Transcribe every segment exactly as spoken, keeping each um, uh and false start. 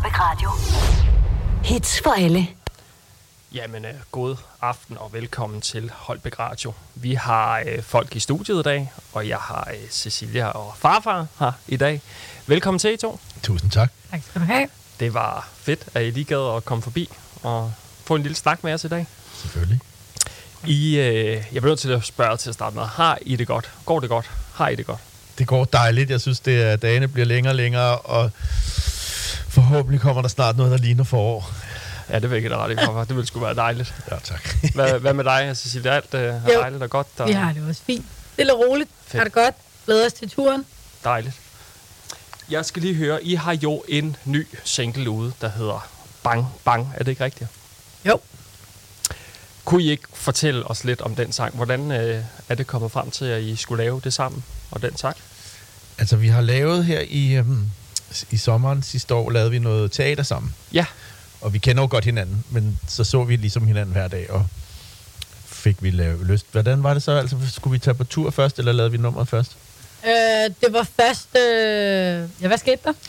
Holbæk Radio. Hits for alle. Jamen, uh, god aften og velkommen til Holbæk Radio. Vi har uh, folk i studiet i dag, og jeg har uh, Cecilia og farfar her i dag. Velkommen til I to. Tusind tak. Tak skal du have. Det var fedt, at I lige gad at komme forbi og få en lille snak med os i dag. Selvfølgelig. I, uh, jeg bliver nødt til at spørge til at starte med. Har I det godt? Går det godt? Har I det godt? Det går dejligt. Jeg synes, det er, dagene bliver længere og længere, og forhåbentlig kommer der snart noget, der ligner forår. Ja, det vil jeg ikke ret i, farfar. Det ville sgu være dejligt. Ja, tak. Hvad, hvad med dig, Cecilia? Alt uh, er Jo, dejligt og godt? Og vi har det også fint. Stille og roligt. Fedt. Har det godt. Glæder os til turen. Dejligt. Jeg skal lige høre, I har jo en ny single ude, der hedder Bang Bang. Er det ikke rigtigt? Jo. Kunne I ikke fortælle os lidt om den sang? Hvordan øh, er det kommet frem til, at I skulle lave det sammen? Og den sang? Altså, vi har lavet her i, øhm, i sommeren sidste år, lavede vi noget teater sammen. Ja. Og vi kender jo godt hinanden, men så så vi ligesom hinanden hver dag, og fik vi lavet lyst. Hvordan var det så? Altså, skulle vi tage på tur først, eller lavede vi nummeret først? Øh, det var først... Øh... Ja, hvad skete der?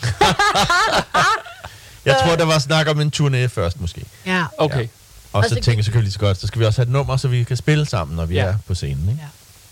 Jeg tror, der var snak om en turné først, måske. Ja. Okay. Ja. Og, og så, så tænkte jeg selvfølgelig så godt, så skal vi også have et nummer, så vi kan spille sammen, når vi ja. er på scenen, ikke? Ja.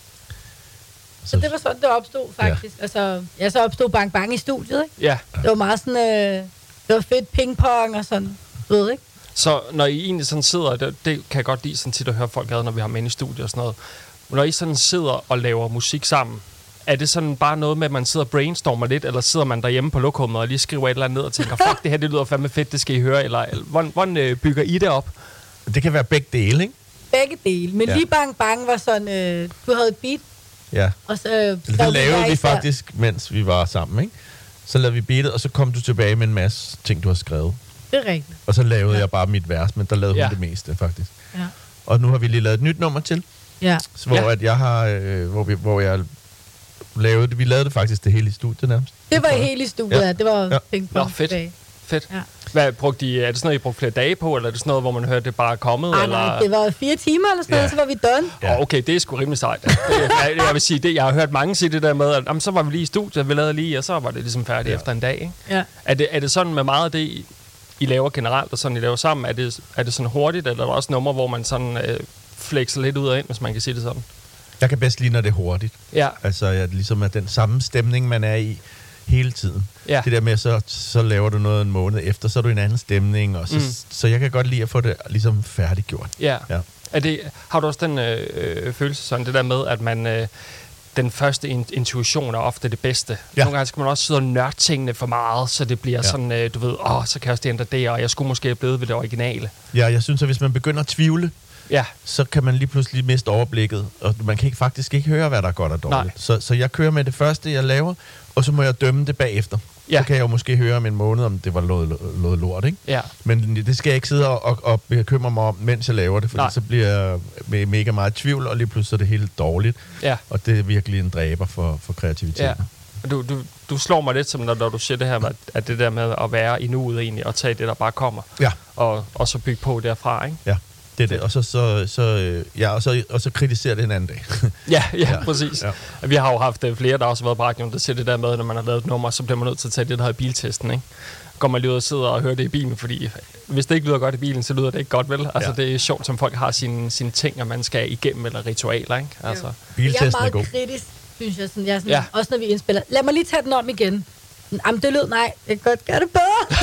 Så det var sådan, det opstod, faktisk. Ja. Altså, ja, så opstod Bang Bang i studiet, ikke? Ja. Det var meget sådan... Øh... Det var fedt pingpong og sådan, du ved, ikke? Så når I egentlig sådan sidder, det, det kan jeg godt lide sådan tit at høre folk have, når vi har med i studiet og sådan noget. Når I sådan sidder og laver musik sammen, er det sådan bare noget med, at man sidder og brainstormer lidt, eller sidder man derhjemme på lokummet og lige skriver et eller andet ned og tænker, fuck, det her det lyder fandme fedt, det skal I høre, eller, eller hvordan, hvordan øh, bygger I det op? Det kan være begge dele, ikke? Begge dele. Men ja. lige Bang Bang var sådan, øh, du havde et beat, Ja. og så... Øh, det lavede vi faktisk, mens vi var sammen, ikke? Så lavede vi beatet, og så kom du tilbage med en masse ting, du har skrevet. Det er rigtigt. Og så lavede ja. jeg bare mit vers, men der lavede ja. hun det meste, faktisk. Ja. Og nu har vi lige lavet et nyt nummer til, ja. hvor ja. at jeg har, øh, hvor, vi, hvor jeg lavede det. Vi lavede det faktisk det hele i studiet nærmest. Det var helt i studiet, ja. Det var ja. pingpong. Nå, fedt. Dag. Fedt. Ja. Hvad brugte I, er det sådan noget, I brugte flere dage på, eller er det sådan noget, hvor man hører, det bare er kommet? Ej, eller? nej, det var fire timer eller sådan noget, ja. Så var vi done. Ja. Oh, okay, det er sgu rimelig sejt. Det, jeg, jeg vil sige, det, jeg har hørt mange sige det der med, at jamen, så var vi lige i studiet, vi lavede lige, og så var det ligesom færdigt ja. efter en dag. Ikke? Ja. Er, det, er det sådan med meget af det, I, I laver generelt, og sådan I laver sammen, er det, er det sådan hurtigt, eller er der også numre, hvor man sådan øh, flexer lidt ud og ind, hvis man kan sige det sådan? Jeg kan bedst lide, når det er hurtigt. Ja. Altså, jeg, ligesom er den samme stemning, man er i hele tiden. Ja. Det der med, så, så laver du noget en måned efter, så er du i en anden stemning, og så, mm. så jeg kan godt lide at få det ligesom færdiggjort. Ja. ja. Er det, har du også den øh, følelse sådan, det der med, at man... Øh, den første in- intuition er ofte det bedste. Ja. Nogle gange skal man også sidde og nørde tingene for meget, så det bliver ja. sådan, øh, du ved, åh, så kan jeg også det ændre det, og jeg skulle måske have blevet ved det originale. Ja, jeg synes, at hvis man begynder at tvivle, ja. så kan man lige pludselig miste overblikket, og man kan ikke, faktisk ikke høre, hvad der er godt og dårligt. Så, så jeg kører med det første, jeg laver, og så må jeg dømme det bagefter. Ja. Så kan jeg jo måske høre om en måned, om det var noget, noget lort, ikke? Ja. Men det skal jeg ikke sidde og, og, og bekymre mig om, mens jeg laver det, for så bliver jeg med mega meget tvivl, og lige pludselig er det helt dårligt. Ja. Og det er virkelig en dræber for, for kreativiteten. Ja. Du, du, du slår mig lidt som, når, når du siger det her med, at det der med at være i nuet egentlig, og tage det, der bare kommer. Ja. Og, og så bygge på derfra, ikke? Ja. Det er det. Og så, så, så, ja, og så, og så kritiserer det en anden dag. ja, ja, ja, præcis. Ja. Vi har jo haft flere, der også har været på radioen, der siger det der med, når man har lavet et nummer, så bliver man nødt til at tage det, der hedder biltesten, ikke? Går man lige ud og sidder og hører det i bilen, fordi hvis det ikke lyder godt i bilen, så lyder det ikke godt, vel? Altså, ja. Det er sjovt, som folk har sine, sine ting, og man skal igennem, eller ritualer, ikke? Altså. Biltesten er god. Jeg er meget kritisk, synes jeg. Sådan, jeg er sådan, ja. Også når vi indspiller. Lad mig lige tage den om igen. Jamen, det lød, nej, jeg kan godt gøre det bedre.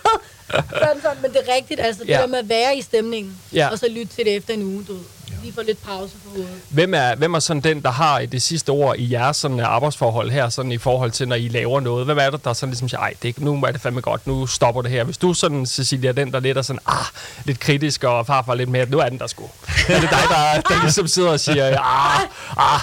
sådan, sådan, men det er rigtigt, altså det ja. der med at være i stemningen, ja. og så lytte til det efter en uge, du lige få lidt pause på hovedet. Hvem er, hvem er sådan den, der har det sidste ord i jeres sådan, arbejdsforhold her, sådan i forhold til, når I laver noget? Hvem er det, der sådan ligesom siger, ej, det, nu er det fandme godt, nu stopper det her. Hvis du sådan, Cecilia, den der lidt er sådan, ah, lidt kritisk, og farfar lidt mere, nu er den der sgu. Er det dig, der, der ligesom sidder og siger, ah, ah.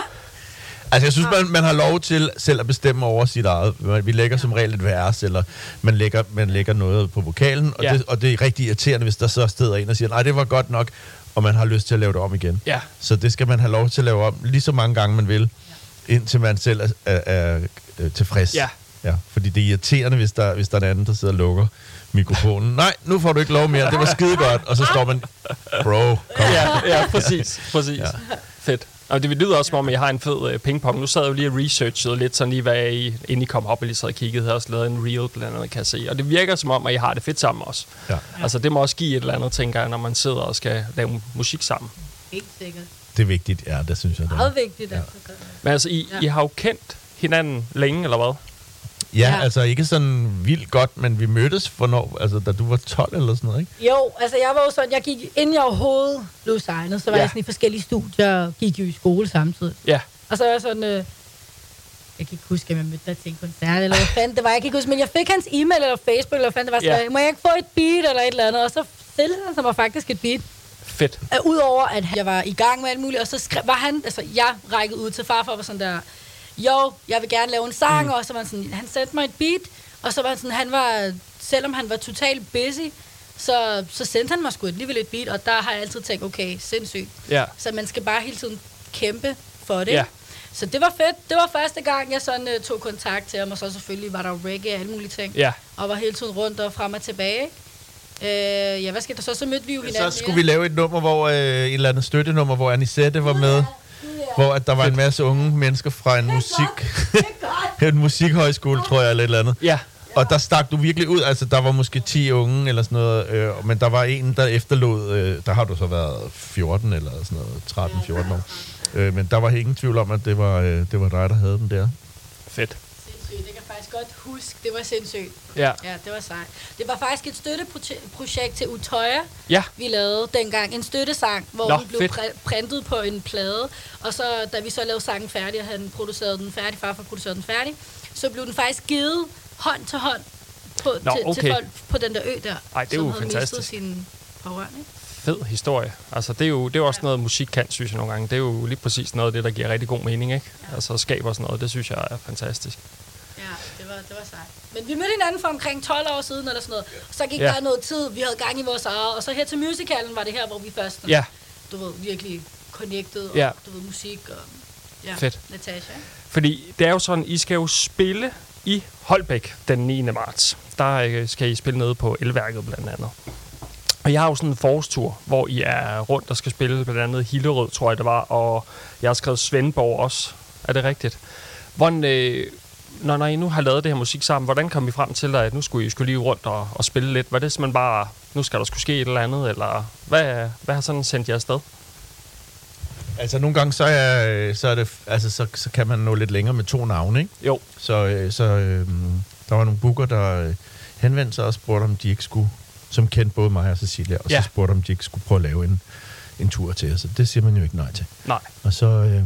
Altså, jeg synes, man, man har lov til selv at bestemme over sit eget. Vi lægger som regel et vers, eller man lægger, man lægger noget på vokalen, og, ja. det, og det er rigtig irriterende, hvis der så steder en og siger, nej, det var godt nok, og man har lyst til at lave det om igen. Ja. Så det skal man have lov til at lave om lige så mange gange, man vil, indtil man selv er, er, er, er tilfreds. Ja. Ja. Fordi det er irriterende, hvis der, hvis der er en anden, der sidder og lukker mikrofonen. Nej, nu får du ikke lov mere, det var skide godt. Og så står man, bro, kom. Ja, ja, præcis, præcis. Ja. Fedt. Og det lyder også, som om I har en fed uh, pingpong. Nu sad jeg jo lige og researchede lidt, sådan lige, hvad I, inden I kom op og lige sad og kiggede, havde også lavet en reel blandt andet, kan jeg se. Og det virker som om, at I har det fedt sammen også. Ja. Altså, det må også give et eller andet, tænker jeg, når man sidder og skal lave musik sammen. Helt sikkert. Det er vigtigt, ja, det synes jeg. Det er. Meget vigtigt, Ja. altså. Men altså, I, Ja. I har jo kendt hinanden længe, eller hvad? Ja, Ja. altså ikke sådan vildt godt, men vi mødtes for når, altså da du var tolv eller sådan noget, ikke? Jo, altså jeg var jo sådan, jeg gik, inden jeg overhovedet blev signet, så var Ja. jeg sådan i forskellige studier og gik jo i skole samtidig. Ja. Og så var jeg sådan, øh, jeg kan ikke huske, at jeg mødte dig til en koncert, eller hvad fanden det var, jeg kan ikke huske, men jeg fik hans e-mail eller Facebook, eller hvad fanden det var, så Ja. ja. må jeg ikke få et beat eller et eller andet, og så stillede han sig mig faktisk et beat. Fedt. Uh, Udover at jeg var i gang med alt muligt, og så skrev, var han, altså jeg rækkede ud til farfar og var sådan der, jo, jeg vil gerne lave en sang, mm. og så var han sådan, han sendte mig et beat, og så var han sådan, han var, selvom han var totalt busy, så, så sendte han mig sgu alligevel et beat, og der har jeg altid tænkt, okay, sindssygt. Ja. Så man skal bare hele tiden kæmpe for det. Ja. Så det var fedt. Det var første gang, jeg sådan uh, tog kontakt til ham, og så selvfølgelig var der jo reggae og alle mulige ting. Ja. Og var hele tiden rundt og frem og tilbage. Øh, ja, hvad skete der så? Så mødte vi jo hinanden. Så skulle vi lave et nummer, hvor øh, et eller andet støttenummer, hvor Anisette var med, hvor at der var en masse unge mennesker fra en musik, en musikhøjskole, tror jeg, eller et eller andet. Ja. Og der stak du virkelig ud, altså der var måske ti unge eller sådan noget, øh, men der var en, der efterlod, øh, der har du så været fjorten eller sådan noget, tretten fjorten år. Øh, men der var ingen tvivl om, at det var, øh, det var dig, der havde den der. Fedt. Sindssygt. Det kan jeg faktisk godt huske. Det var sindssygt. Ja. Ja, det var sejt. Det var faktisk et støtteprojekt til Utøya, Ja. vi lavede dengang. En støttesang, hvor Nå, den blev fedt. pr- printet på en plade. Og så, da vi så lavede sangen færdig, og han producerede den færdig, farfar producerede den færdig, så blev den faktisk givet hånd til hånd på, Nå, til, okay. til folk på den der ø der, Ej, det er som jo havde fantastisk. mistet sine pårørende. ikke? Fed historie. Altså, det er jo det er jo også noget, musik kan, synes jeg nogle gange. Det er jo lige præcis noget af det, der giver rigtig god mening, ikke? Ja. Altså, skaber sådan noget. Det synes jeg er fantastisk. Ja, det var, det var sejt. Men vi mødte hinanden for omkring tolv år siden, eller sådan noget. Så gik Ja. der noget tid, vi havde gang i vores eget, og så her til musicalen var det her, hvor vi først, sådan, Ja. du ved, virkelig connected, og Ja. du ved, musik, og ja, Fedt. Natasha. ikke? Fordi det er jo sådan, I skal jo spille i Holbæk den niende marts. Der øh, skal I spille nede på Elværket blandt andet. Og jeg har jo sådan en forårstur, hvor I er rundt og skal spille blandt andet Hillerød, tror jeg det var, og jeg har skrevet Svendborg også. Er det rigtigt? Hvordan, øh, når, når I nu har lavet det her musik sammen, hvordan kom I frem til, at nu skulle I skulle lige rundt og, og spille lidt? Var det simpelthen bare, nu skal der skulle ske et eller andet, eller hvad, hvad har sådan sendt jer afsted? Altså nogle gange, så, er, så, er det, altså, så, så kan man nå lidt længere med to navne, ikke? Jo. Så, øh, så øh, der var nogle booker, der øh, henvendte sig og spurgte, om de ikke skulle, som kendte både mig og Cecilia, og Ja. så spurgte, om de ikke skulle prøve at lave en, en tur til os. Det siger man jo ikke nej til. Nej. Og så, øh,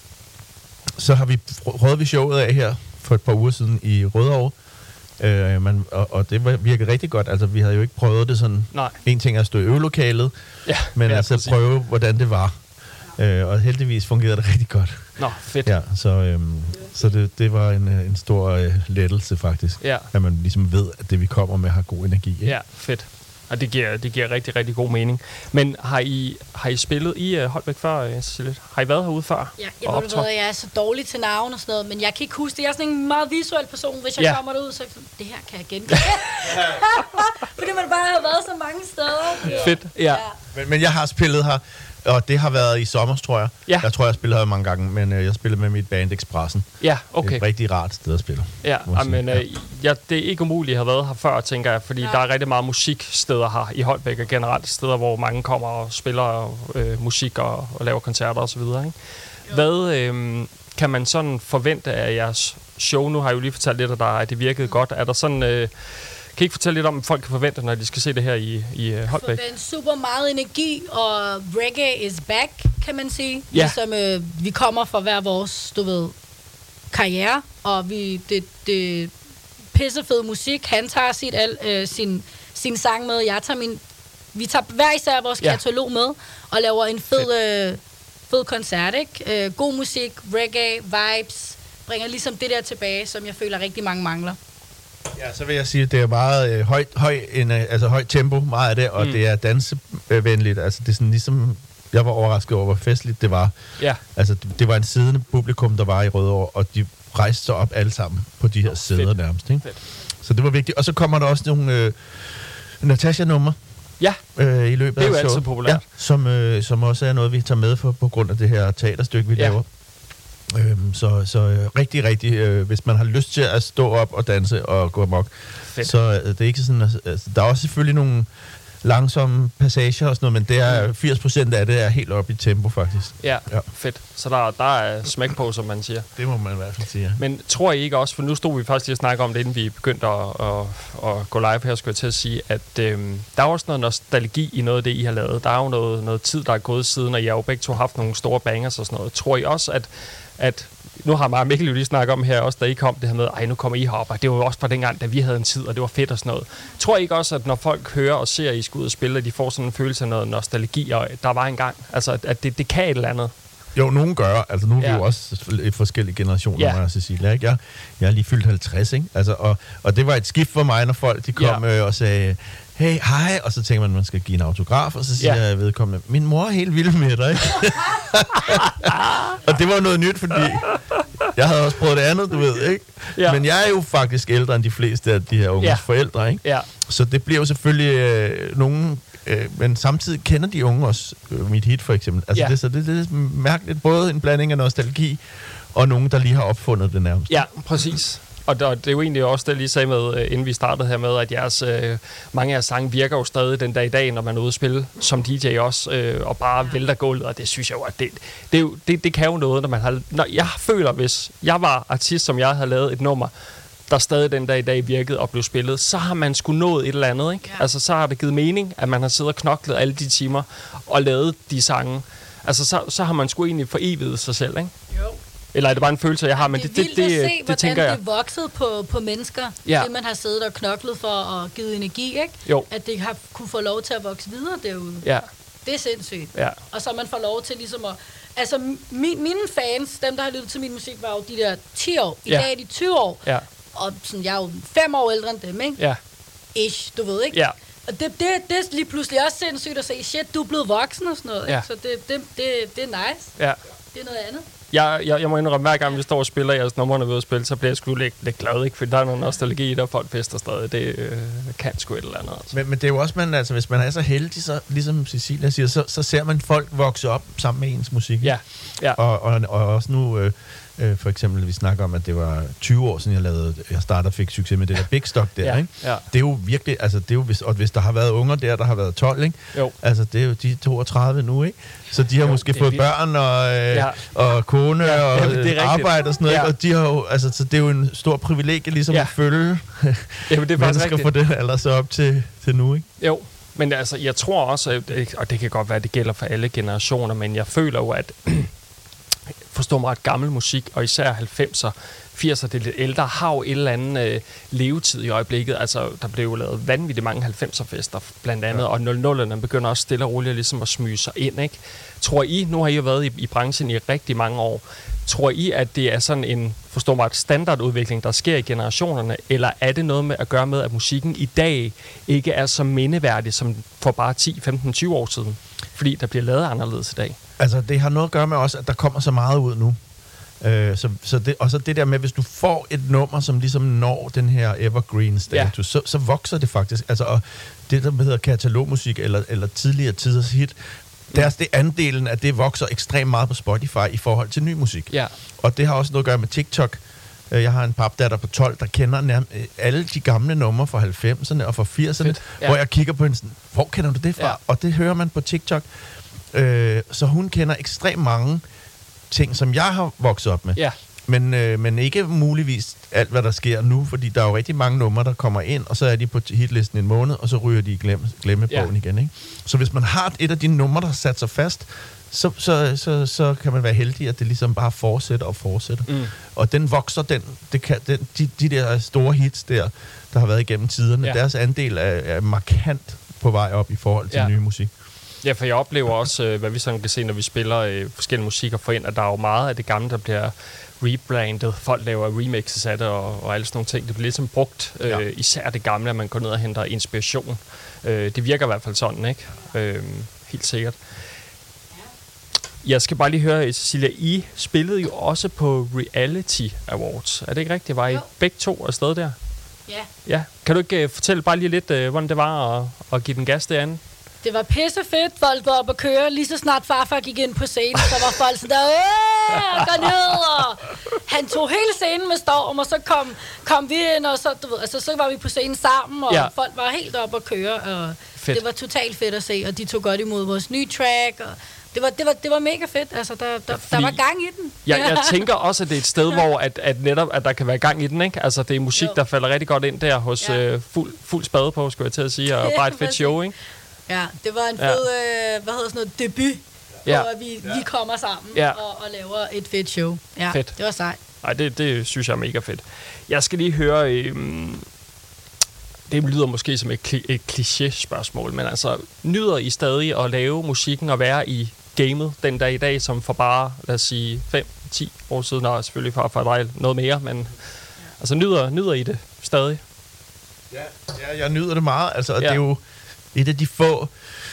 så har vi prøvet vi showet af her for et par uger siden i Rødovre. Øh, man, og, og det var- virkede rigtig godt. Altså, vi havde jo ikke prøvet det sådan. Nej. En ting er at stå i øvelokalet, Ja, men ja, altså præcis. prøve, hvordan det var. Øh, og heldigvis fungerede det rigtig godt. Nå, fedt. Ja, så, øhm, så det, det var en, øh, en stor øh, lettelse faktisk. Ja. At man ligesom ved, at det vi kommer med har god energi. Ikke? Ja, fedt. Og det giver, det giver rigtig, rigtig god mening. Men har I, har I spillet i uh, Holbæk før, uh, Cecilie? Har I været herude før? Ja, og jeg, ved, optrådt? hvad, jeg er så dårlig til navn og sådan noget, men jeg kan ikke huske det. Jeg er sådan en meget visuel person. Hvis jeg Ja. ja. kommer derud, så er jeg sådan, det her kan jeg genkende. Fordi man bare har været så mange steder. Fedt, ja. Ja. Men, men jeg har spillet her, og det har været i sommer, tror jeg. Ja. Jeg tror, jeg har spillet her mange gange, men øh, jeg spillede med mit band Expressen. Ja, Okay. okay. Et rigtig rart sted at spille. Ja, må jeg sige. men øh, ja, det er ikke umuligt at have været her før, tænker jeg, fordi ja. der er rigtig meget musiksteder her i Holbæk, og generelt steder, hvor mange kommer og spiller øh, musik og, og laver koncerter osv. Ikke? Hvad øh, kan man sådan forvente af jeres show? Nu har jeg jo lige fortalt lidt, at, der, at det virkede godt. Er der sådan... Øh, kan I ikke fortælle lidt om, hvad folk kan forvente, når de skal se det her i, i uh, Holbæk? Forvent super meget energi, og reggae is back, kan man sige. Ja. Ligesom øh, vi kommer fra hver vores, du ved, karriere, og vi det, det pissefed musik. Han tager sit, al, øh, sin, sin sang med, jeg tager min... Vi tager hver især vores Ja. katalog med, og laver en fed, øh, fed koncert, ikke? Øh, god musik, reggae, vibes, bringer ligesom det der tilbage, som jeg føler rigtig mange mangler. Ja, så vil jeg sige, at det er meget øh, højt, høj, en, øh, altså højt tempo, meget af det, og Mm. mm. det er dansevenligt. Altså det er sådan ligesom... Jeg var overrasket over, hvor festligt det var. Ja, Altså, det, det var en siddende publikum, der var i Rødovre, og de rejste sig op alle sammen på de her Nå, sæder fedt. nærmest. Ikke? Fedt. Så det var vigtigt. Og så kommer der også nogle øh, Natasha-numre, Ja, øh, i løbet det er jo af altid showet. populært. Ja, som, øh, som også er noget, vi tager med for, på grund af det her teaterstykke, vi Ja. laver. Øhm, så så øh, rigtig, rigtig, øh, hvis man har lyst til at stå op og danse og gå amok, Fedt. så øh, det er ikke sådan, altså, der er også selvfølgelig nogle langsomme passager og sådan noget, men det er firs procent af det er helt op i tempo, faktisk. Ja, Ja. fedt. Så der, der er smæk på, som man siger. Det må man i hvert fald sige, ja. Men tror I ikke også, for nu stod vi faktisk lige og snakke om det, inden vi begyndte at, at, at gå live her, skulle jeg til at sige, at øhm, der er også noget nostalgi i noget af det, I har lavet. Der er jo noget, noget tid, der er gået siden, og I har jo begge to haft nogle store bangers og sådan noget. Tror I også, at, at nu har mig og Mikkel jo lige snakket om her også, da I kom det her med, ej, nu kommer I herop, og det var jo også fra dengang, da vi havde en tid, og det var fedt og sådan noget. Tror I ikke også, at når folk hører og ser, at I skal ud og spille, at de får sådan en følelse af noget nostalgi, og der var engang, altså at, at det, det kan et eller andet? Jo, nogen gør. Altså, nu er vi Ja. jo også i forskellige generationer, Ja. mig og Cecilia, ikke? Jeg, jeg er lige fyldt halvtreds, ikke? Altså, og, og det var et skift for mig, når folk de kom Ja. øh, og sagde, hey, hej, og så tænker man, at man skal give en autograf, og så siger Ja. jeg vedkommende, min mor er helt vild med dig, ikke? Og det var noget nyt, fordi jeg havde også prøvet det andet, du ved, ikke? Ja. Men jeg er jo faktisk ældre end de fleste af de her unges Ja. forældre, ikke? Ja, Så det bliver jo selvfølgelig øh, nogen, øh, men samtidig kender de unge også øh, mit hit, for eksempel. Altså, Ja. det, så det, det er mærkeligt, både en blanding af nostalgi, og nogen, der lige har opfundet det nærmest. ja, præcis. Og der, det er jo egentlig også det, jeg lige sagde med, øh, inden vi startede her med, at jeres, øh, mange af jeres sange virker jo stadig den dag i dag, når man er ude at spille som D J også, øh, og bare vælter gulvet, og det synes jeg jo, at det, det, er jo, det, det kan jo noget, når man har... Når jeg føler, hvis jeg var artist, som jeg havde lavet et nummer, der stadig den dag i dag virkede og blev spillet, så har man sgu nået et eller andet, ikke? Ja. Altså, så har det givet mening, at man har siddet og knoklet alle de timer og lavet de sange. Altså, så, så har man sgu egentlig foreviget sig selv, ikke? Jo. Eller er det bare en følelse, jeg har, men det er det, det, vildt det, at det, se, det hvordan tænker jeg. det er vokset på, på mennesker, Ja. det man har siddet og knoklet for og givet energi, ikke? Jo. At det har kunne få lov til at vokse videre derude. Ja, Det er sindssygt. ja, Og så man får lov til ligesom at... Altså, min, mine fans, dem der har lyttet til min musik, var jo de der ti år. I Ja. dag er de tyve år. ja, Og sådan, jeg er jo fem år ældre end dem, ikke? ja, Ish, du ved, ikke? ja. Og det, det, det er lige pludselig også sindssygt at se, shit, du er blevet voksen og sådan noget, Ja. ikke? Så det, det, det, det er nice. ja. Det er noget andet. Jeg, jeg, jeg må indrømme, hver gang vi står og spiller jeres numre, når vi er ude at spille, så bliver jeg sgu lidt, lidt glad, ikke? For der er noget nostalgi i, der folk fester stadig. Det øh, kan sgu et eller andet, altså. Men, men det er jo også, man, altså, hvis man er så heldig, så, ligesom Cecilia siger, så, så ser man folk vokse op sammen med ens musik. ikke? Ja, ja, Og, og, og også nu, øh, øh, for eksempel, vi snakker om, at det var tyve år siden, jeg lavede, jeg startede og fik succes med det der Big Stock der, ja, ikke? ja. Det er jo virkelig, altså det er jo, hvis, og hvis der har været unger der, der har været tolv, ikke? Jo. Altså det er jo de toogtredive nu, ikke? Så de har Jo, måske det er fået vildt. børn og, øh, Ja. og kone Ja, og jamen, det er øh, rigtigt. arbejde og sådan noget, Ja. ikke? Og de har jo, altså så det er jo en stor privilegie ligesom Ja. at følge Jamen, det er faktisk mennesker rigtigt. for det alder så op til, til nu, ikke? Jo, men altså, jeg tror også, at- og det kan godt være, at det gælder for alle generationer, men jeg føler jo, at forstå mig, at gammel musik, og især halvfemser, firser, det er lidt ældre, har jo et eller andet øh, levetid i øjeblikket. Altså, der blev jo lavet vanvittigt mange halvfemser-fester, blandt andet, ja. Og nul nullerne begynder også stille og roligt ligesom at smyge sig ind, ikke? Tror I, nu har I jo været i, i branchen i rigtig mange år, tror I, at det er sådan en, forstå mig, et standardudvikling, der sker i generationerne, eller er det noget med at gøre med, at musikken i dag ikke er så mindeværdig som for bare ti, femten, tyve år siden? Fordi der bliver lavet anderledes i dag. Altså, det har noget at gøre med også, at der kommer så meget ud nu. Øh, så, så det, og så det der med, hvis du får et nummer, som ligesom når den her evergreen-status, ja. så, så vokser det faktisk. Altså, og det, der hedder katalogmusik, eller, eller tidligere tiders hit, deres, det andelen af det vokser ekstremt meget på Spotify i forhold til ny musik. Ja. Og det har også noget at gøre med TikTok. Øh, Jeg har en papdatter på tolv, der kender nærmest alle de gamle numre fra halvfemserne og fra firserne, Fedt. Ja. hvor jeg kigger på hende sådan, hvor kender du det fra? Ja. Og det hører man på TikTok. Øh, så hun kender ekstremt mange ting, som jeg har vokset op med. Ja. Men, øh, men ikke muligvis alt, hvad der sker nu, fordi der er jo rigtig mange numre, der kommer ind, og så er de på hitlisten en måned, og så ryger de i glemme, glemmebogen Ja. igen. Ikke? Så hvis man har et af de numre, der har sat sig fast, så, så, så, så kan man være heldig, at det ligesom bare fortsætter og fortsætter. Mm. Og den vokser, den, det kan, den, de, de der store hits der, der har været igennem tiderne, Ja. deres andel er, er markant på vej op i forhold til Ja. ny musik. Ja, for jeg oplever også, øh, hvad vi sådan kan se, når vi spiller øh, forskellige musikker for ind, at der er jo meget af det gamle, der bliver rebrandet. Folk laver remixes af det og, og alle sådan nogle ting. Det bliver ligesom brugt, øh, Ja. især det gamle, at man går ned og henter inspiration. Øh, det virker i hvert fald sådan, ikke? Øh, helt sikkert. Jeg skal bare lige høre, Cecilia, I spillede jo også på Reality Awards. Er det ikke rigtigt? Var I Jo. begge to afsted der? Ja. Ja. Kan du ikke uh, fortælle bare lige lidt, uh, hvordan det var at, at give den gas derinde? Det var pissefedt. Folk var op og køre. Lige så snart farfar gik ind på scenen, så var folk sådan der, øh, gå ned, og han tog hele scenen med storm, og så kom, kom vi ind, og så, du ved, altså, så var vi på scenen sammen, og ja. folk var helt op og køre, og fedt. Det var totalt fedt at se, og de tog godt imod vores nye track, og det var, det var, det var mega fedt. Altså, der, der, der var gang i den. Ja, jeg tænker også, at det er et sted, hvor at, at netop, at der kan være gang i den, ikke? Altså, det er musik, jo. der falder rigtig godt ind der hos ja. øh, fuld, fuld spade på, skulle jeg til at sige, og bare et fedt show, ikke? Ja, det var en fed, ja. øh, hvad hedder sådan noget, debut, ja. hvor vi, ja. vi kommer sammen ja. og, og laver et fedt show. Ja, fedt. Det var sejt. Nej, det, det synes jeg er mega fedt. Jeg skal lige høre, øh, det lyder måske som et, kli- et kliché-spørgsmål, men altså, nyder I stadig at lave musikken og være i gamet den dag i dag, som for bare, lad os sige, fem ti år siden, og selvfølgelig for, for dig noget mere, men ja. altså, nyder, nyder I det stadig? Ja, ja, jeg nyder det meget. Altså, ja. det er jo et af de få,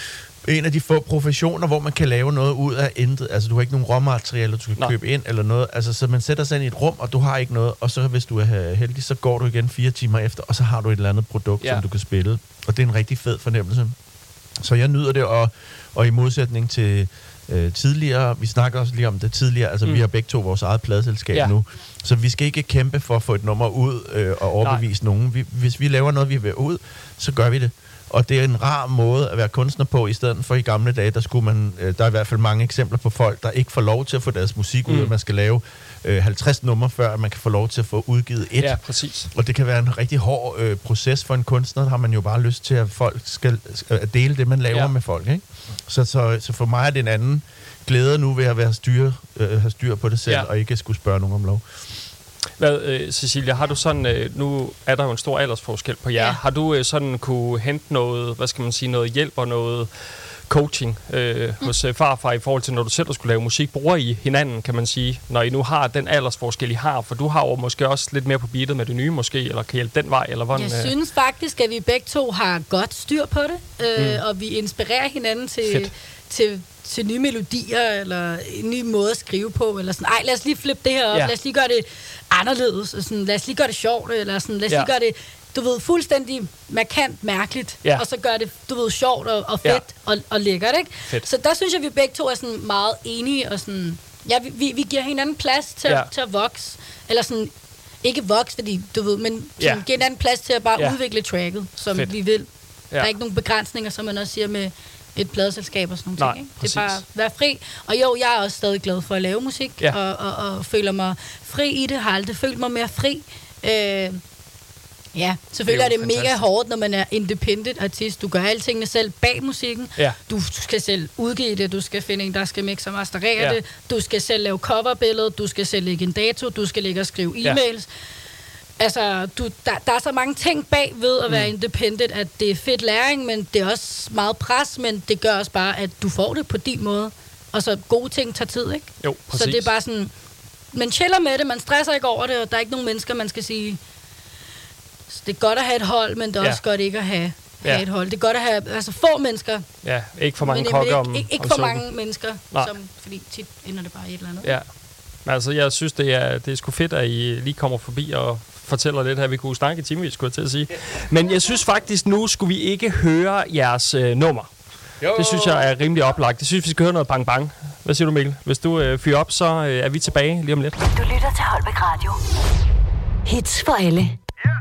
en af de få professioner, hvor man kan lave noget ud af intet. Altså, du har ikke nogen råmaterialer, du skal Nå. købe ind eller noget. Altså, så man sætter sig ind i et rum, og du har ikke noget, og så hvis du er heldig, så går du igen fire timer efter, og så har du et eller andet produkt, ja. som du kan spille. Og det er en rigtig fed fornemmelse. Så jeg nyder det, og, og i modsætning til øh, tidligere, vi snakker også lige om det tidligere, altså mm. vi har begge to vores eget pladeselskab ja. nu, så vi skal ikke kæmpe for at få et nummer ud øh, og overbevise Nej. nogen. Vi, hvis vi laver noget, vi vil ud, så gør vi det. Og det er en rar måde at være kunstner på, i stedet for i gamle dage, der skulle man, øh, der er i hvert fald mange eksempler på folk, der ikke får lov til at få deres musik ud, mm. at man skal lave øh, halvtreds numre, før at man kan få lov til at få udgivet et. Ja, præcis. Og det kan være en rigtig hård øh, proces for en kunstner, der har man jo bare lyst til, at folk skal at dele det, man laver ja. med folk, ikke? Så, så, så for mig er det en anden glæde nu ved at være styr, øh, have styr på det selv, ja. og ikke skulle spørge nogen om lov. Hvad, øh, Cecilia, har du sådan, øh, nu er der jo en stor aldersforskel på jer, ja. har du øh, sådan kunne hente noget, hvad skal man sige, noget hjælp og noget coaching øh, mm. hos øh, farfar i forhold til, når du selv skulle lave musik? Bruger I hinanden, kan man sige, når I nu har den aldersforskel, I har? For du har jo måske også lidt mere på beatet med det nye måske, eller kan hjælpe den vej, eller hvordan? Jeg øh... synes faktisk, at vi begge to har godt styr på det, øh, mm. og vi inspirerer hinanden til, til, til nye melodier, eller en ny måde at skrive på, eller sådan, ej, lad os lige flippe det her op, ja. lad os lige gøre det anderledes, sådan, lad os lige gøre det sjovt, eller sådan, lad os ja. lige gøre det, du ved, fuldstændig markant mærkeligt, ja. og så gør det, du ved, sjovt og, og fedt ja. og, og lækkert, ikke? Fedt. Så der synes jeg, vi begge to er sådan meget enige, og sådan, ja, vi, vi giver hinanden plads til, ja. til at vokse, eller sådan, ikke vokse, fordi, du ved, men ja. giver hinanden plads til at bare ja. udvikle tracket, som fedt. vi vil. Ja. Der er ikke nogen begrænsninger, som man også siger med et pladeselskab og sådan nogle ting, ikke? Det er bare at være fri. Og jo, jeg er også stadig glad for at lave musik, ja. og, og, og føler mig fri i det, har aldrig følt mig mere fri. Øh, ja, selvfølgelig det er, er det fantastisk. Mega hårdt, når man er independent artist. Du gør alle tingene selv bag musikken. Ja. Du skal selv udgive det, du skal finde en, der skal mixe og masterere ja. det, du skal selv lave coverbilledet, du skal selv lægge en dato, du skal lægge og skrive e-mails. Ja. Altså, du, der, der er så mange ting bag ved at være mm. independent, at det er fedt læring, men det er også meget pres, men det gør også bare, at du får det på din måde. Og så gode ting tager tid, ikke? Jo, præcis. Så det er bare sådan, man chiller med det, man stresser ikke over det, og der er ikke nogen mennesker, man skal sige, det er godt at have et hold, men det er ja. også godt ikke at have, have ja. et hold. Det er godt at have altså få mennesker. Ja, ikke for mange kokker om Ikke, ikke om for suppen. mange mennesker, som, fordi tit ender det bare i et eller andet. Ja, men altså, jeg synes, det er, det er sgu fedt, at I lige kommer forbi og fortæller lidt her. Vi kunne snakke i timevis, skulle jeg til at sige. Men jeg synes faktisk, nu skulle vi ikke høre jeres øh, nummer. Jo. Det synes jeg er rimelig oplagt. Det synes vi skal høre noget bang bang. Hvad siger du, Mikkel? Hvis du øh, fyrer op, så øh, er vi tilbage lige om lidt. Du lytter til Holbæk Radio. Hits for alle.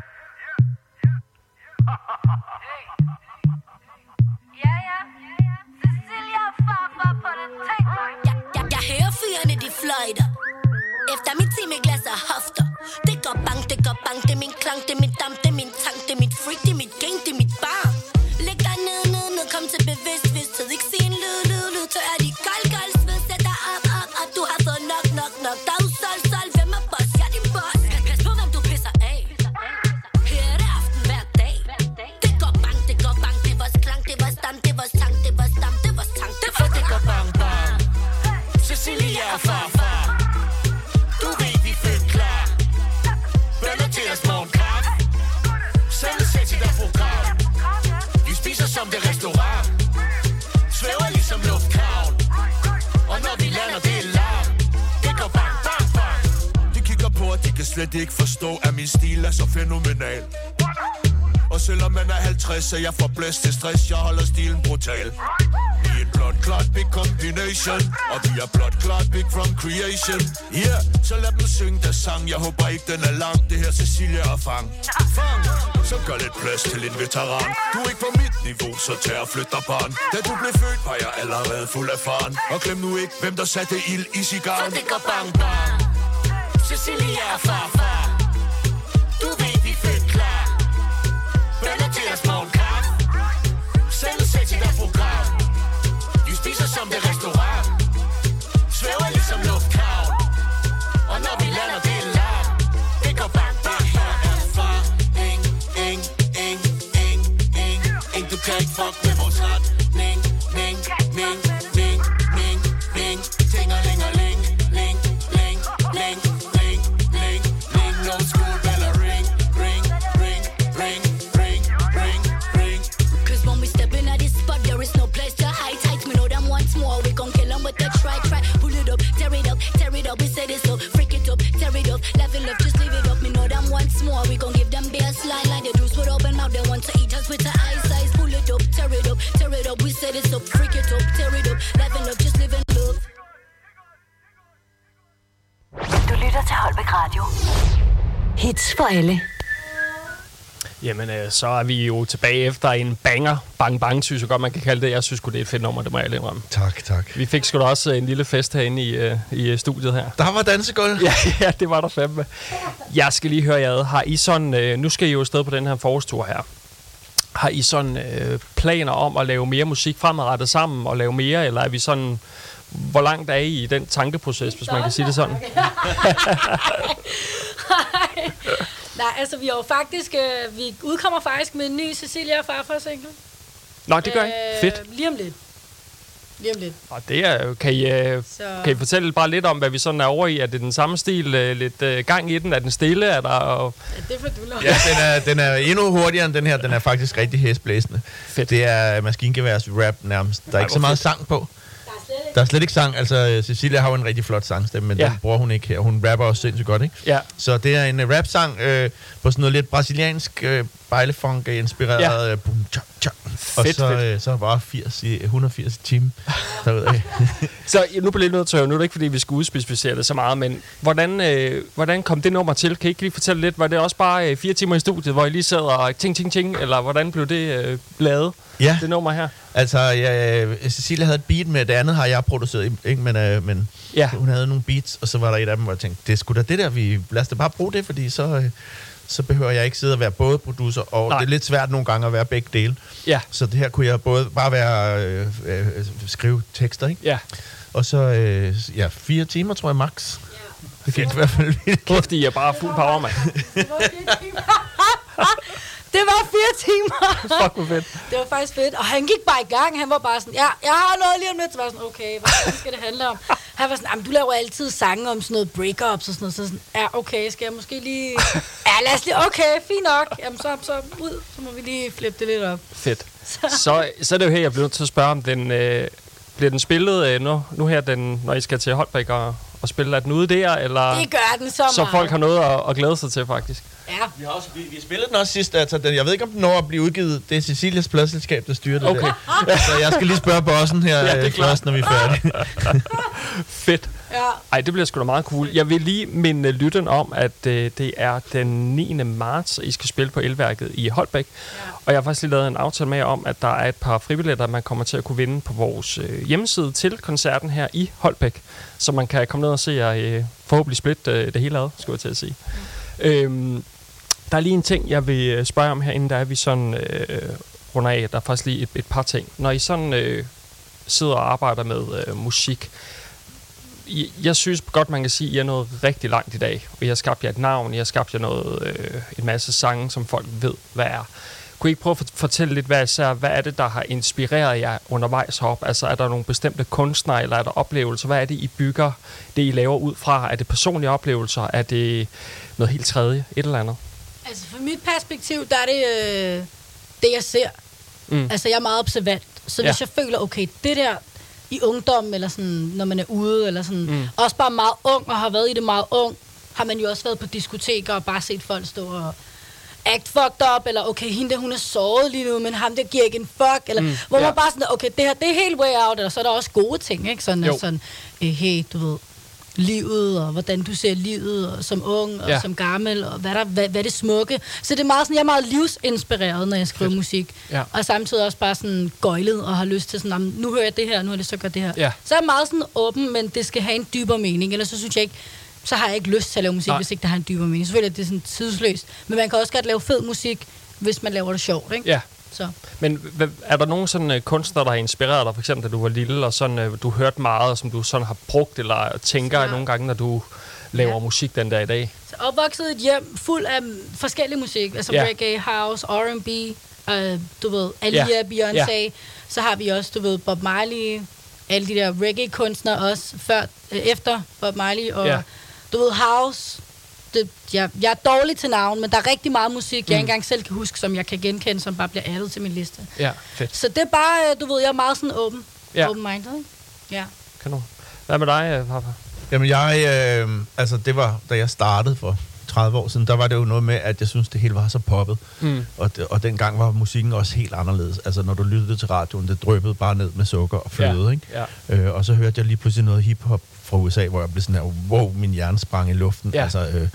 Jeg hører fyrene, de fløjter. Efter min time glas og hofter. Det går bang, det går bang. Det er min klang, det er mit dam, det er min tank. Det er mit freak, det er mit gang, det er mit bar. Læg dig ned, ned, ned, kom til bevidsthed. Ikke se en lyd, lyd, lyd. Tør er de kold, kold sved. Sæt dig op, op, op. Du har fået nok, nok, nok. Der er jo sol, sol. Hvem er boss? Jeg er din boss. Pas på, hvem du pisser af. Her er det aften hver dag. Det går bang, det går bang. Det er vores klang, det er vores dam, det er vores tank. Det er vores dam, det er vores tank. Det er det går bang, bang. Cecilia og farfar. Du ved, vi fedt klar. Bøller til os morgen kaffe. Selv sæt til dig program. Vi spiser som det restaurant. Svæver ligesom lufthavn. Og når vi lander, det er larm. Det går bang, bang, bang. De kigger på, at de kan slet ikke forstå, at min stil er så fænomenal. Og selvom man er halvtreds, er jeg for blæst til stress. Jeg holder stilen brutal. Vi er et blot klart big combination. Og vi er blot klart big from creation. Yeah, så lad dem synge der sang. Jeg håber ikke den er lang. Det her Cecilia og Fang. Fang, så gør lidt plads til en veteran. Du er ikke på mit niveau, så tag og flyt dig barn. Da du blev født, var jeg allerede fuld af faren. Og glem nu ikke, hvem der satte ild i cigaren. For det går bang bang. Cecilia og farfar. Du ved, vi er født klar. Bøller til os morgenkaffe. Send sig til deres program. Vi spiser som det restaurant. Svæver ligesom lufthavn. Og når vi lander, det er larm. Det går bang bang. Her er far. Ing, ing, ing, ing, ing, ing. Du kan ikke fuck med vores ret. Ning, ning, ning, ning, ning, ning. Ting-a-ling-a-ling, ling, ling, ling, ling, ling, ling. No school bell a ring, ring, ring, ring, ring, ring, ring. Cause when we step in at this spot, there is no place to hide tight. We know them once more, we gon' kill them with the try, try. Pull it up, tear it up, tear it up. We say this up, freak it up, tear it up. Level up, just leave it up. We know them once more, we gon' give them baseline. Like the juice with open mouth, they want to eat us with the eyes, eyes. Pull it up, tear it up, tear it up. We say this up, freak it up, tear it up. Level up, just live in love. Du lytter til Holbæk Radio. Hits for alle. Jamen, øh, så er vi jo tilbage efter en banger. Bang bang, synes jeg godt, man kan kalde det. Jeg synes sgu, det er et fedt nummer, det må jeg indrømme. Tak, tak. Vi fik sgu da også en lille fest herinde i, øh, i studiet her. Der var dansegulv. Ja, ja, det var der fandme. Jeg skal lige høre jer. Har I sådan, øh, nu skal I jo afsted på den her forårstur her. Har I sådan øh, planer om at lave mere musik fremadrettet sammen og lave mere, eller er vi sådan... Hvor langt er I i den tankeproces, hvis man kan sige det sådan? Nej, altså vi er jo faktisk, øh, vi udkommer faktisk med en ny Cecilia og Farfar single. Nå, det gør I. Øh, Fedt. Lige om lidt. Lige om lidt. Og det er jo, kan I, øh, kan I fortælle bare lidt om, hvad vi sådan er over i? Er det den samme stil, øh, lidt øh, gang i den? Er den stille? Er der... Og... Ja, det er for du lov. Ja, den er, den er endnu hurtigere end den her. Den er faktisk rigtig hæsblæsende. Fedt. Det er maskingeværs rap nærmest. Der er Ej, ikke så meget fedt. sang på. Der er slet ikke sang. Altså, Cecilia har jo en rigtig flot sangstemme, men ja. Den bruger hun ikke her. Hun rapper også sindssygt godt, ikke? Ja. Så det er en uh, rap-sang øh, på sådan noget lidt brasiliansk øh, bejlefunk-inspireret. Ja. Øh, boom, tja, tja. Og Fedt, så, fedt. øh, så bare firs i, et hundrede og firs i timen derudad. Så nu bliver jeg nødt til at høre, nu er det ikke, fordi vi skal udspecificere det så meget, men hvordan, øh, hvordan kom det nummer til? Kan I ikke lige fortælle lidt? Var det også bare øh, fire timer i studiet, hvor I lige sad og ting, ting, ting, eller hvordan blev det øh, lavet, Ja. det nummer her? Altså, ja, Cecilia havde et beat med, det andet har jeg produceret, ikke? Men, øh, men Ja. hun havde nogle beats, og så var der et af dem, hvor jeg tænkte, det er sgu da det der, vi lad os da bare bruge det, fordi så, øh, så behøver jeg ikke sidde og være både producer, og Nej. det er lidt svært nogle gange at være begge dele. Ja. Så det her kunne jeg både bare være øh, øh, skrive tekster, ikke? Ja. Og så øh, ja, fire timer, tror jeg, max. Det gik i hvert fald vildt. Kæft, I er bare fuld power, mand. Det var fire timer. Fuck, hvor fedt. Det var faktisk fedt. Og han gik bare i gang. Han var bare sådan, ja, jeg har noget lige om lidt. Så var jeg sådan, okay, hvad skal det handle om? Han var sådan, jamen, du laver altid sange om sådan noget breakups og sådan noget. Så sådan, ja, okay, skal jeg måske lige... Ja, lad os lige... Okay, fint nok. Jamen, så, så ud. Så må vi lige flippe det lidt op. Fedt. Så, så er det jo her, jeg bliver nødt til at spørge, om den... Øh, bliver den spillet øh, nu, nu her, den, når I skal til Holbæk og, og spille? Er den ude der, eller... Det gør den så meget. Så folk har noget at, at glæde sig til, faktisk. Ja. Vi har også, vi, vi spillede den også sidst, altså den, jeg ved ikke, om den når at blive udgivet. Det er Cecilias pladselskab, der styrer det Okay. der. Så jeg skal lige spørge bossen her Ja, det er øh, klart. først, når vi er færdige. Fedt. Ja. Ej, det bliver sgu da meget cool. Jeg vil lige minde lytteren om, at øh, det er den niende marts, I skal spille på Elværket i Holbæk. Ja. Og jeg har faktisk lige lavet en aftale med jer om, at der er et par fribilletter, man kommer til at kunne vinde på vores øh, hjemmeside til koncerten her i Holbæk. Så man kan komme ned og se jer øh, forhåbentlig splitte øh, det hele ad, skulle jeg til at sige. Mm. Øhm, der er lige en ting, jeg vil spørge om her, inden der er vi sådan øh, runder af. Der er faktisk lige et, et par ting. Når I sådan øh, sidder og arbejder med øh, musik, jeg synes godt, man kan sige, at I er nået rigtig langt i dag. Og I har skabt jer et navn, I har skabt jer noget, øh, en masse sange, som folk ved, hvad er. Kunne I ikke prøve at fortælle lidt, hvad, især, hvad er det, der har inspireret jer undervejs herop? Altså, er der nogle bestemte kunstnere, eller er der oplevelser? Hvad er det, I bygger det, I laver ud fra? Er det personlige oplevelser? Er det noget helt tredje? Et eller andet? Altså, fra mit perspektiv, der er det øh, det, jeg ser. Mm. Altså, jeg er meget observant. Så hvis ja. jeg føler, okay, det der i ungdom, eller sådan, når man er ude, eller sådan, mm. også bare meget ung, og har været i det meget ung, har man jo også været på diskoteker og bare set folk stå og act fucked up, eller okay, hende der, hun er såret lige nu, men ham der giver ikke en fuck, eller mm, hvor man ja. bare sådan, okay, det her, det er helt way out, og så er der også gode ting, ikke? Sådan, sådan øh, hey, du ved, livet, og hvordan du ser livet, og som ung, og ja. som gammel, og hvad, der, hvad, hvad det smukke. Så det er meget sådan, jeg er meget livsinspireret, når jeg skriver Fedt. musik. Ja. Og samtidig også bare sådan gøjlet, og har lyst til sådan, nu hører jeg det her, nu har jeg lyst til at gøre det her. Ja. Så er jeg meget sådan åben, men det skal have en dybere mening, ellers så synes jeg ikke, så har jeg ikke lyst til at lave musik, Nej. hvis ikke der har en dybere mening. Selvfølgelig er det sådan tidsløst, men man kan også godt lave fed musik, hvis man laver det sjovt, ikke? Ja. Så. Men er der nogen sådan uh, kunstnere, der har inspireret dig, for eksempel da du var lille, og sådan, uh, du hørte meget, som du sådan har brugt, eller tænker ja. nogle gange, når du laver ja. musik den der i dag? Så opvokset i et hjem fuld af forskellig musik, altså ja. reggae, house, R and B, uh, du ved, Alia, ja. Beyoncé, ja. så har vi også, du ved, Bob Marley, alle de der reggae-kunstnere også, før, uh, efter Bob Marley, og ja. du ved, house. Det, jeg, jeg er dårlig til navn, men der er rigtig meget musik, mm. jeg ikke engang selv kan huske, som jeg kan genkende, som bare bliver addet til min liste. Ja, fedt. Så det er bare, du ved, jeg er meget sådan åben. Ja. Open-minded, ikke? Ja. Kanon. Hvad med dig, Papa? Jamen jeg, øh, altså det var, da jeg startede for tredive år siden, der var det jo noget med, at jeg synes det hele var så poppet. Mm. Og, det, og dengang var musikken også helt anderledes. Altså når du lyttede til radioen, det dryppede bare ned med sukker og fløde, ja. ikke? Ja. Øh, og så hørte jeg lige pludselig noget hiphop fra U S A, hvor jeg blev sådan her, wow, min hjerne sprang i luften. Ja. Altså, øh,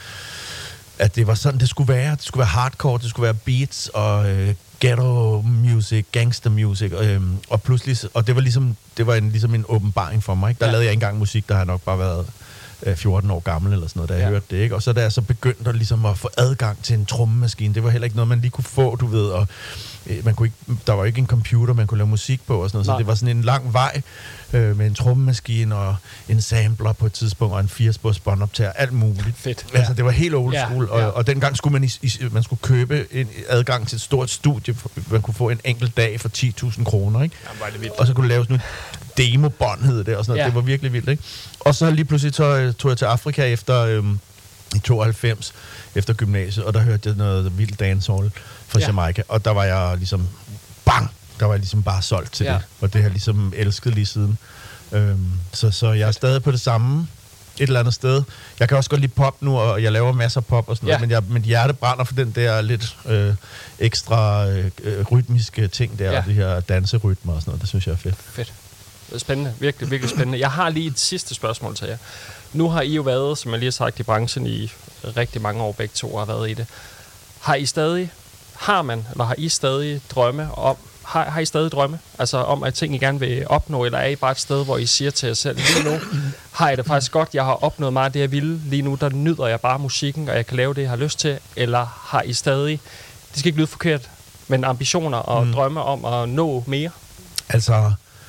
at det var sådan, det skulle være. Det skulle være hardcore, det skulle være beats og øh, ghetto music, gangster music. Øh, og pludselig, og det var ligesom, det var en, ligesom en åbenbaring for mig. Ikke? Der ja. lavede jeg ikke engang musik, der har nok bare været øh, fjorten år gammel eller sådan noget, da jeg ja. hørte det. Ikke? Og så da jeg så begyndte at, ligesom at få adgang til en trommemaskine, det var heller ikke noget, man lige kunne få, du ved. Og øh, man kunne ikke, der var ikke en computer, man kunne lave musik på og sådan noget. Nej. Så det var sådan en lang vej øh, med en trommemaskine og en sampler på et tidspunkt og en firespors båndoptager, alt muligt. Fedt. Altså ja. det var helt old school. Ja. Ja. Og, og dengang skulle man, i, i, man skulle købe en adgang til et stort studie. Man kunne få en enkelt dag for ti tusind kroner, ikke? Jamen, var det vildt. Og så kunne du lave sådan et demobånd, hed det, og sådan noget. Ja. Det var virkelig vildt, ikke? Og så lige pludselig tog, tog jeg til Afrika efter øhm, i tooghalvfems, efter gymnasiet, og der hørte jeg noget vildt dancehall fra ja. Jamaica, og der var jeg ligesom, bang, der var jeg ligesom bare solgt til ja. det, og det har jeg ligesom elsket lige siden. Øhm, så, så jeg er stadig på det samme, et eller andet sted. Jeg kan også godt lide pop nu, og jeg laver masser af pop og sådan ja. noget, men jeg, mit hjerte brænder for den der lidt øh, ekstra øh, rytmiske ting der, ja. og de her danserytmer og sådan noget, det synes jeg er fedt. Fedt. Det er spændende, virkelig, virkelig spændende. Jeg har lige et sidste spørgsmål til jer. Nu har I jo været, som jeg lige har sagt, i branchen i rigtig mange år, begge to har været i det. Har I stadig, har man, eller har I stadig drømme om, har, har I stadig drømme, altså om at ting I gerne vil opnå, eller er I bare et sted, hvor I siger til jer selv, lige nu har I det faktisk godt, jeg har opnået meget af det, jeg ville, lige nu der nyder jeg bare musikken, og jeg kan lave det, jeg har lyst til, eller har I stadig, det skal ikke lyde forkert, men ambitioner og mm. drømme om at nå mere? Altså,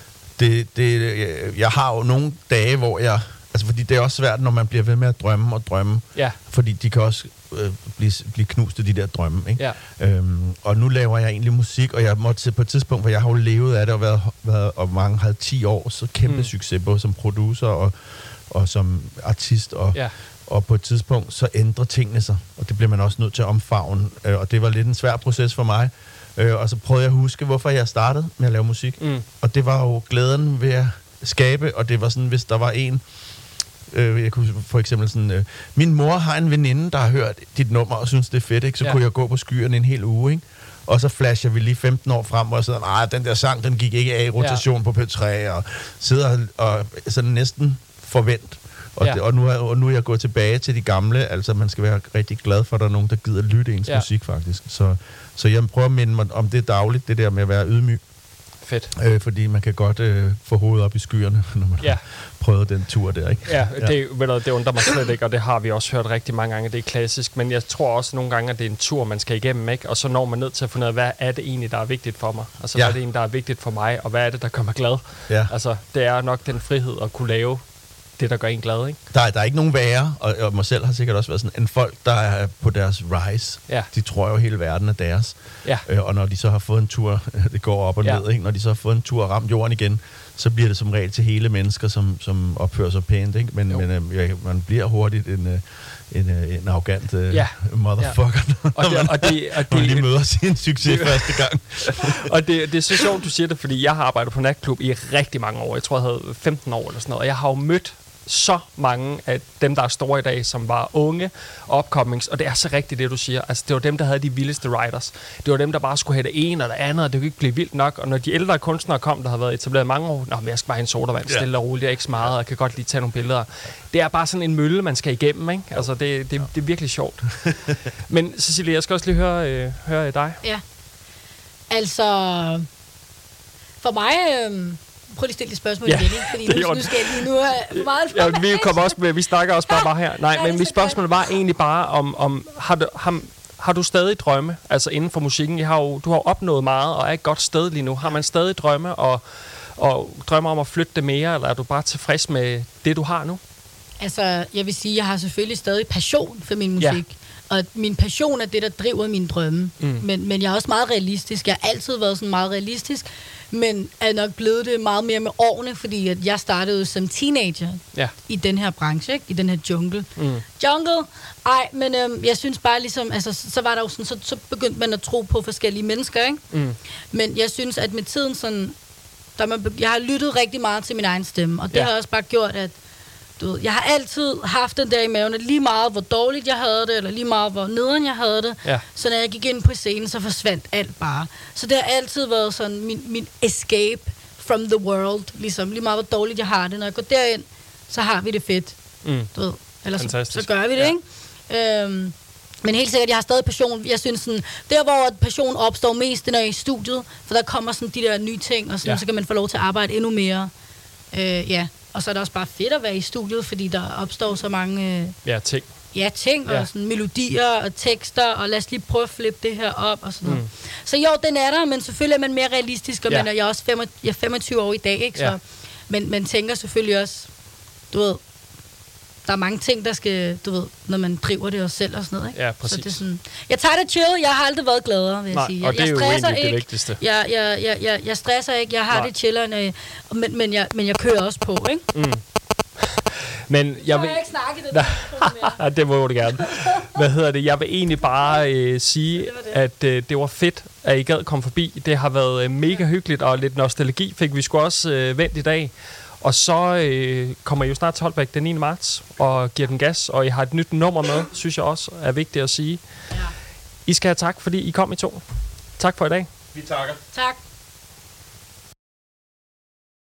det, det, jeg har jo nogle dage, hvor jeg, altså fordi det er også svært, når man bliver ved med at drømme og drømme, ja. fordi de kan også øh, blive, blive knust af de der drømme, ikke? Ja. Øhm, og nu laver jeg egentlig musik, og jeg måtte se på et tidspunkt, hvor jeg har jo levet af det, og, været, været, og mange havde ti år, så kæmpe mm. succes, både som producer og, og som artist, og, ja. og på et tidspunkt, så ændrer tingene sig, og det bliver man også nødt til at omfavne, øh, og det var lidt en svær proces for mig, øh, og så prøvede jeg at huske, hvorfor jeg startede med at lave musik, mm. og det var jo glæden ved at skabe, og det var sådan, hvis der var en, øh, jeg kunne for eksempel sådan, øh, min mor har en veninde, der har hørt dit nummer, og synes det er fedt, ikke? Så ja. kunne jeg gå på skyerne en hel uge, ikke? Og så flasher vi lige femten år frem, og så nej, den der sang, den gik ikke af i rotation ja. på P tre, og sidder og sådan næsten forvent. Og, ja. det, og, nu er, og nu er jeg gået tilbage til de gamle, altså man skal være rigtig glad for, at der er nogen, der gider lytte ens ja. musik faktisk. Så, så jeg prøver at minde mig om det dagligt, det der med at være ydmyg. Fedt. Øh, fordi man kan godt øh, få hovedet op i skyerne, når man ja. har prøvet den tur der, ikke? Ja, det, ja. det undrer mig slet ikke, og det har vi også hørt rigtig mange gange, det er klassisk, men jeg tror også nogle gange, at det er en tur, man skal igennem, ikke? Og så når man ned til at finde ud af, hvad er det egentlig, der er vigtigt for mig? Altså, ja. hvad er det egentlig, der er vigtigt for mig, og hvad er det, der gør mig glad? Ja. Altså, det er nok den frihed at kunne lave det, der gør en glad, ikke? Der, der er ikke nogen værre, og, og mig selv har sikkert også været sådan, en folk, der er på deres rise, ja. de tror jo, hele verden er deres. Ja. Øh, og når de så har fået en tur, det går op og ja. ned, ikke? Når de så har fået en tur og ramt jorden igen, så bliver det som regel til hele mennesker, som, som opfører sig pænt, ikke? Men, men øh, ja, man bliver hurtigt en, øh, en, øh, en arrogant øh, ja. motherfucker, ja. når, og det, man, og det, og det, når man lige møder sin succes det, første gang. Og det, det er så sjovt, du siger det, fordi jeg har arbejdet på natklub i rigtig mange år. Jeg tror, jeg havde femten år eller sådan noget, og jeg har jo mødt så mange af dem, der er store i dag, som var unge upcomings, og det er så rigtigt det, du siger. Altså, det var dem, der havde de vildeste riders. Det var dem, der bare skulle have det ene eller det andet, og det kunne ikke blive vildt nok. Og når de ældre kunstnere kom, der har været etableret mange år, nå, men jeg skal bare have en sodavand, ja. Stille og roligt, jeg er ikke så meget, og jeg kan godt lige tage nogle billeder. Det er bare sådan en mølle, man skal igennem, ikke? Altså, det, det, det er virkelig sjovt. Men Cecilie, jeg skal også lige høre, øh, høre dig. Ja. Altså, for mig... Øh, prøv lige at stille det spørgsmål ja, igen, ikke? Fordi nu, nu skal jeg lige nu have meget ja, vi kommer også med, vi snakker også bare, bare her. Nej, men mit spørgsmål var egentlig bare om, om har, du, har, har du stadig drømme, altså inden for musikken? Jeg har jo, du har jo opnået meget og er et godt sted lige nu. Har man stadig drømme og, og drømmer om at flytte det mere, eller er du bare tilfreds med det, du har nu? Altså, jeg vil sige, jeg har selvfølgelig stadig passion for min musik. Ja. Og min passion er det, der driver mine drømme. Mm. Men, men jeg er også meget realistisk. Jeg har altid været sådan meget realistisk, men er nok blevet det meget mere med årene, fordi at jeg startede som teenager ja. I den her branche, ikke? I den her jungle. Mm. Jungle? Ej, men øhm, jeg synes bare ligesom, altså, så var der jo sådan, så, så begyndte man at tro på forskellige mennesker, ikke? Mm. Men jeg synes, at med tiden sådan, der man, jeg har lyttet rigtig meget til min egen stemme, og det ja. Har også bare gjort, at du ved, jeg har altid haft den der i maven, at lige meget hvor dårligt jeg havde det, eller lige meget hvor nederen jeg havde det, ja. Så når jeg gik ind på scenen, så forsvandt alt bare. Så det har altid været sådan min, min escape from the world, ligesom lige meget hvor dårligt jeg har det. Når jeg går derind, så har vi det fedt. Mm. Du ved, eller så, så gør vi det, ja. Ikke? Øhm, men helt sikkert, jeg har stadig passion. Jeg synes sådan, der hvor passion opstår mest, det når jeg er i studiet, for der kommer sådan de der nye ting, og sådan, ja. Så kan man få lov til at arbejde endnu mere. Øh, ja. Og så er det også bare fedt at være i studiet, fordi der opstår så mange... Øh, ja, ting. Ja, ting, ja. Og sådan melodier og tekster, og lad os lige prøve at flippe det her op, og sådan noget. Mm. Så jo, den er der, men selvfølgelig er man mere realistisk, og ja. Man er, jeg er også fem, jeg er femogtyve år i dag, ikke? Så, ja. Men man tænker selvfølgelig også, du ved, der er mange ting, der skal, du ved, når man driver det også selv og sådan noget, ikke? Ja, præcis. Så det er sådan, jeg tager det chill, jeg har aldrig været gladere, vil jeg Nej, sige. Jeg, og det er jeg jo stresser egentlig ikke. Det vigtigste. Jeg, jeg, jeg, jeg, jeg stresser ikke, jeg har Nej. Det chillerne, men, men, jeg, men jeg kører også på, ikke? Mm. Men jeg vil... jeg ikke snakke det der. Det må du gerne. Hvad hedder det? Jeg vil egentlig bare øh, sige, det det. at øh, det var fedt, at I gad komme forbi. Det har været øh, mega hyggeligt, og lidt nostalgi fik vi sgu også øh, vendt i dag. Og så øh, kommer I jo snart til Holbæk den niende marts og giver den gas, og I har et nyt nummer med, synes jeg også er vigtigt at sige. Ja. I skal have tak, fordi I kom i to. Tak for i dag. Vi takker. Tak.